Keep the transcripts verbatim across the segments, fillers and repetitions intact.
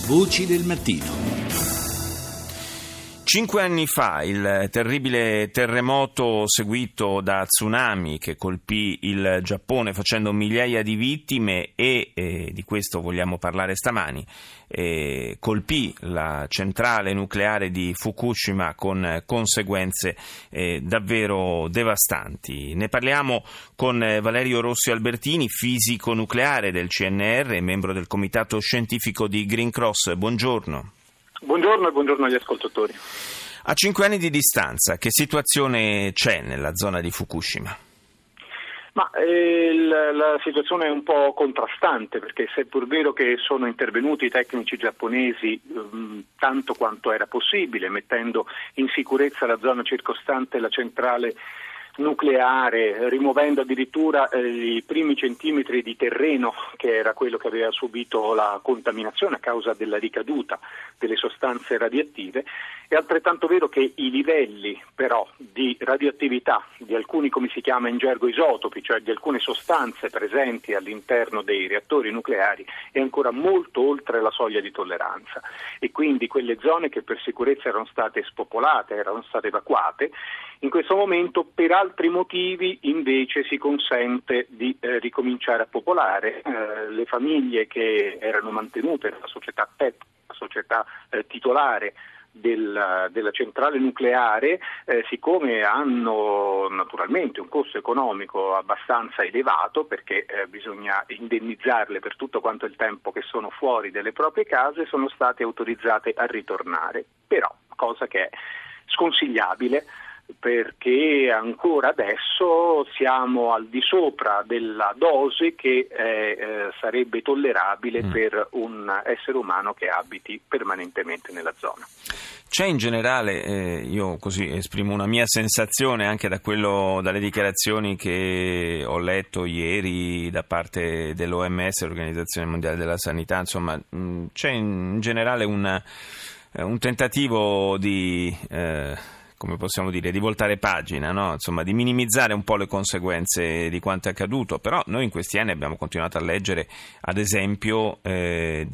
Voci del mattino. Cinque anni fa il terribile terremoto seguito da tsunami che colpì il Giappone facendo migliaia di vittime e, e di questo vogliamo parlare stamani, e colpì la centrale nucleare di Fukushima con conseguenze eh, davvero devastanti. Ne parliamo con Valerio Rossi Albertini, fisico nucleare del C N R e membro del comitato scientifico di Green Cross. Buongiorno. Buongiorno e buongiorno agli ascoltatori. A cinque anni di distanza, che situazione c'è nella zona di Fukushima? Ma eh, la, la situazione è un po' contrastante, perché se è pur vero che sono intervenuti i tecnici giapponesi um, tanto quanto era possibile, mettendo in sicurezza la zona circostante la centrale nucleare, rimuovendo addirittura eh, i primi centimetri di terreno che era quello che aveva subito la contaminazione a causa della ricaduta delle sostanze radioattive. È altrettanto vero che i livelli però di radioattività di alcuni, come si chiama in gergo, isotopi, cioè di alcune sostanze presenti all'interno dei reattori nucleari, è ancora molto oltre la soglia di tolleranza, e quindi quelle zone che per sicurezza erano state spopolate, erano state evacuate, in questo momento per altri motivi invece si consente di eh, ricominciare a popolare. Eh, le famiglie che erano mantenute nella società P E T, la società eh, titolare Della, della centrale nucleare, eh, siccome hanno naturalmente un costo economico abbastanza elevato, perché eh, bisogna indennizzarle per tutto quanto il tempo che sono fuori delle proprie case, sono state autorizzate a ritornare, però cosa che è sconsigliabile, perché ancora adesso siamo al di sopra della dose che eh, eh, sarebbe tollerabile mm. per un essere umano che abiti permanentemente nella zona. C'è in generale, eh, io così esprimo una mia sensazione anche da quello, dalle dichiarazioni che ho letto ieri da parte dell'O M S, l'Organizzazione Mondiale della Sanità, insomma mh, c'è in generale una, un tentativo di... Eh, come possiamo dire, di voltare pagina, no? Insomma, di minimizzare un po' le conseguenze di quanto è accaduto, però noi in questi anni abbiamo continuato a leggere, ad esempio, eh,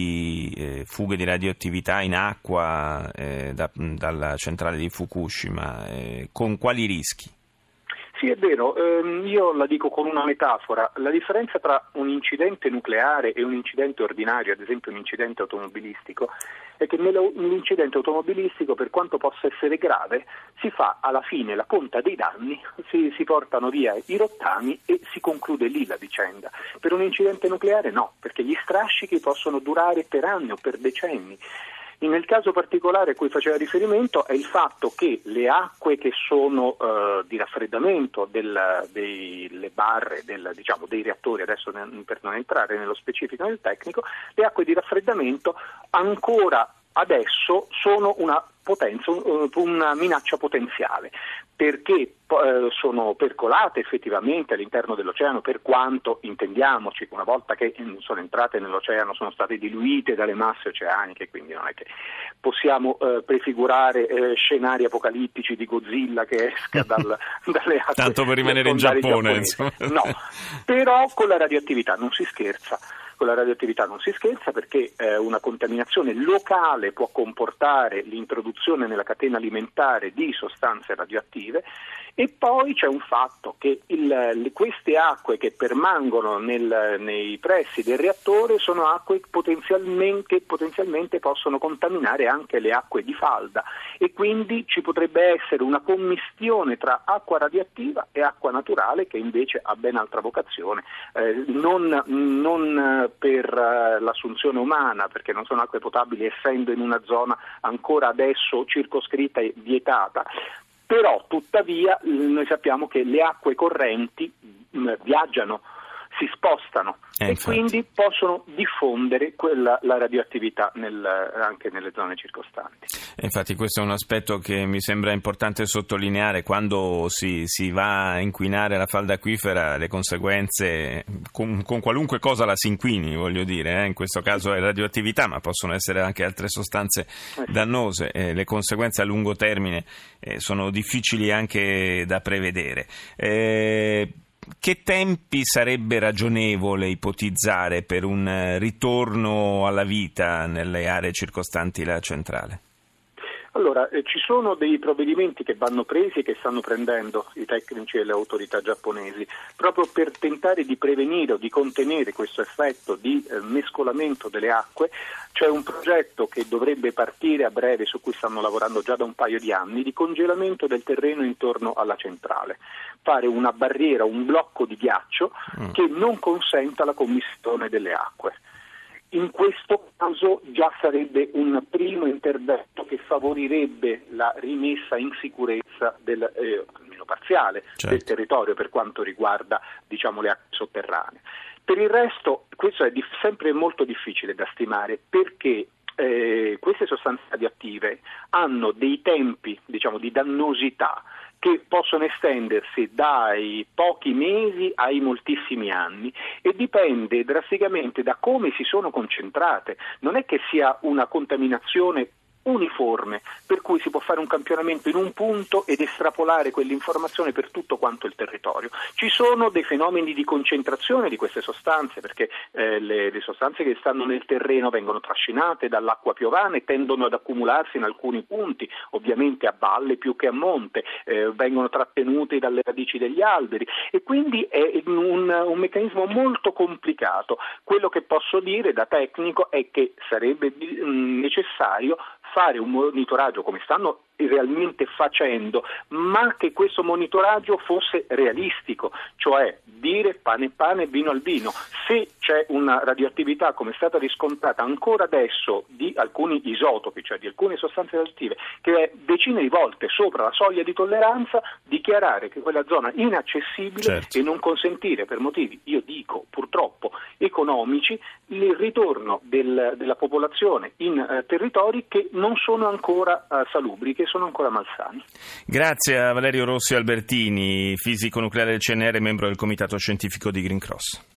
di eh, fughe di radioattività in acqua eh, da, dalla centrale di Fukushima, eh, con quali rischi? Sì, è vero, ehm, io la dico con una metafora. La differenza tra un incidente nucleare e un incidente ordinario, ad esempio un incidente automobilistico, è che nell'incidente automobilistico, per quanto possa essere grave, si fa alla fine la conta dei danni, si, si portano via i rottami e si conclude lì la vicenda. Per un incidente nucleare no, perché gli strascichi possono durare per anni o per decenni. Nel caso particolare a cui faceva riferimento è il fatto che le acque che sono eh, di raffreddamento del, delle barre, del, diciamo, dei reattori, adesso per non entrare nello specifico nel tecnico, le acque di raffreddamento ancora adesso sono una potenza, una minaccia potenziale, perché eh, sono percolate effettivamente all'interno dell'oceano, per quanto, intendiamoci, una volta che sono entrate nell'oceano sono state diluite dalle masse oceaniche, quindi non è che possiamo eh, prefigurare eh, scenari apocalittici di Godzilla che esca dal, dalle acque. Tanto per rimanere in Giappone, no, però con la radioattività non si scherza. Con la radioattività non si scherza, perché eh, una contaminazione locale può comportare l'introduzione nella catena alimentare di sostanze radioattive, e poi c'è un fatto che il, le, queste acque che permangono nel, nei pressi del reattore sono acque potenzialmente, potenzialmente possono contaminare anche le acque di falda, e quindi ci potrebbe essere una commistione tra acqua radioattiva e acqua naturale che invece ha ben altra vocazione, eh, non, non per uh, l'assunzione umana, perché non sono acque potabili essendo in una zona ancora adesso circoscritta e vietata, però tuttavia noi sappiamo che le acque correnti mh, viaggiano, si spostano eh, e quindi possono diffondere quella, la radioattività nel, anche nelle zone circostanti. Infatti questo è un aspetto che mi sembra importante sottolineare: quando si, si va a inquinare la falda acquifera, le conseguenze con, con qualunque cosa la si inquini, voglio dire, eh? In questo caso è radioattività, ma possono essere anche altre sostanze dannose, eh, le conseguenze a lungo termine eh, sono difficili anche da prevedere. Eh, che tempi sarebbe ragionevole ipotizzare per un ritorno alla vita nelle aree circostanti la centrale? Allora, eh, ci sono dei provvedimenti che vanno presi e che stanno prendendo i tecnici e le autorità giapponesi proprio per tentare di prevenire o di contenere questo effetto di eh, mescolamento delle acque. C'è un progetto che dovrebbe partire a breve, su cui stanno lavorando già da un paio di anni, di congelamento del terreno intorno alla centrale. Fare una barriera, un blocco di ghiaccio mm. che non consenta la commistione delle acque. In questo caso già sarebbe un primo intervento che favorirebbe la rimessa in sicurezza del, eh, almeno parziale, certo. del territorio per quanto riguarda, diciamo, le acque sotterranee. Per il resto questo è dif- sempre molto difficile da stimare, perché eh, queste sostanze radioattive hanno dei tempi, diciamo, di dannosità che possono estendersi dai pochi mesi ai moltissimi anni, e dipende drasticamente da come si sono concentrate. Non è che sia una contaminazione uniforme, per cui si può fare un campionamento in un punto ed estrapolare quell'informazione per tutto quanto il territorio. Ci sono dei fenomeni di concentrazione di queste sostanze, perché eh, le, le sostanze che stanno nel terreno vengono trascinate dall'acqua piovana e tendono ad accumularsi in alcuni punti, ovviamente a valle più che a monte, eh, vengono trattenute dalle radici degli alberi, e quindi è un, un meccanismo molto complicato. Quello che posso dire da tecnico è che sarebbe mh, necessario fare un monitoraggio, come stanno realmente facendo, ma che questo monitoraggio fosse realistico, cioè dire pane pane, vino al vino. Se c'è una radioattività, come è stata riscontrata ancora adesso, di alcuni isotopi, cioè di alcune sostanze radioattive, che è decine di volte sopra la soglia di tolleranza, dichiarare che quella zona è inaccessibile, certo. e non consentire, per motivi, io dico purtroppo economici, il ritorno del, della popolazione in eh, territori che non sono ancora eh, salubri, che sono ancora malsani. Grazie a Valerio Rossi Albertini, fisico nucleare del C N R, membro del comitato scientifico di Green Cross.